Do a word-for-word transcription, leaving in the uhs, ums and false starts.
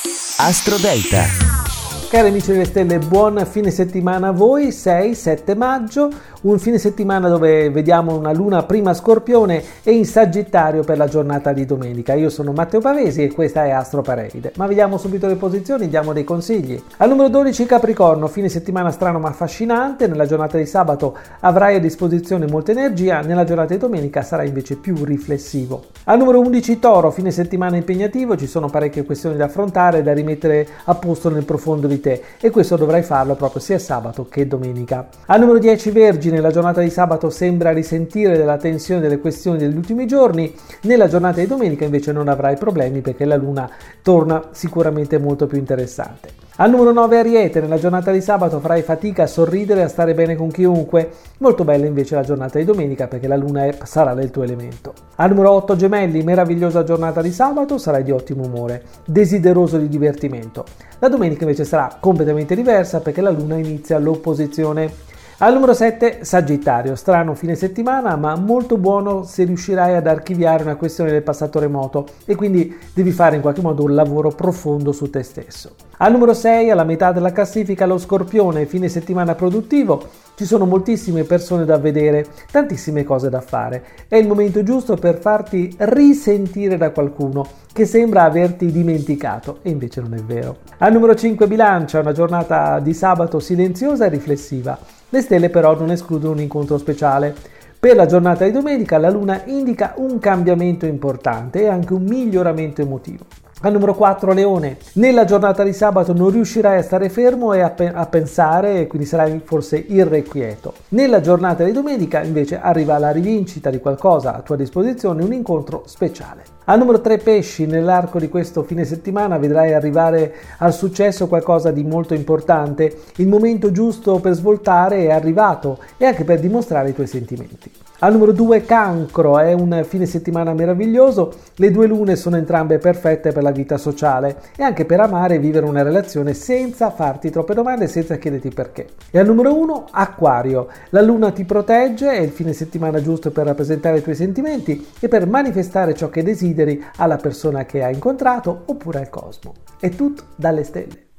Astro Delta. Cari amici delle stelle, buon fine settimana a voi, sei sette maggio, un fine settimana dove vediamo una luna prima Scorpione e in Sagittario per la giornata di domenica. Io sono Matteo Pavesi e questa è Astro Parade. Ma vediamo subito le posizioni, diamo dei consigli. Al numero dodici Capricorno, fine settimana strano ma affascinante, nella giornata di sabato avrai a disposizione molta energia, nella giornata di domenica sarai invece più riflessivo. Al numero undici Toro, fine settimana impegnativo, ci sono parecchie questioni da affrontare e da rimettere a posto nel profondo di te e questo dovrai farlo proprio sia sabato che domenica. Al numero dieci Vergine, la giornata di sabato sembra risentire della tensione delle questioni degli ultimi giorni, nella giornata di domenica invece non avrai problemi perché la luna torna sicuramente molto più interessante. Al numero nove Ariete, nella giornata di sabato farai fatica a sorridere e a stare bene con chiunque, molto bella invece la giornata di domenica perché la luna è, sarà del tuo elemento. Al numero otto Gemelli, meravigliosa giornata di sabato, sarai di ottimo umore, desideroso di divertimento. La domenica invece sarà completamente diversa perché la luna inizia l'opposizione. Al numero sette Sagittario, strano fine settimana ma molto buono se riuscirai ad archiviare una questione del passato remoto e quindi devi fare in qualche modo un lavoro profondo su te stesso. Al numero sei, alla metà della classifica, lo Scorpione, fine settimana produttivo, ci sono moltissime persone da vedere, tantissime cose da fare, è il momento giusto per farti risentire da qualcuno che sembra averti dimenticato e invece non è vero. Al numero cinque Bilancia, una giornata di sabato silenziosa e riflessiva. Le stelle però non escludono un incontro speciale. Per la giornata di domenica la luna indica un cambiamento importante e anche un miglioramento emotivo. Al numero quattro Leone, nella giornata di sabato non riuscirai a stare fermo e a, pe- a pensare e quindi sarai forse irrequieto. Nella giornata di domenica invece arriva la rivincita di qualcosa a tua disposizione, un incontro speciale. Al numero tre Pesci, nell'arco di questo fine settimana vedrai arrivare al successo qualcosa di molto importante, il momento giusto per svoltare è arrivato e anche per dimostrare i tuoi sentimenti. Al numero due Cancro, è un fine settimana meraviglioso, le due lune sono entrambe perfette per la vita sociale e anche per amare e vivere una relazione senza farti troppe domande e senza chiederti perché. E al numero uno Acquario, la luna ti protegge, è il fine settimana giusto per rappresentare i tuoi sentimenti e per manifestare ciò che desideri alla persona che hai incontrato oppure al cosmo. È tutto dalle stelle.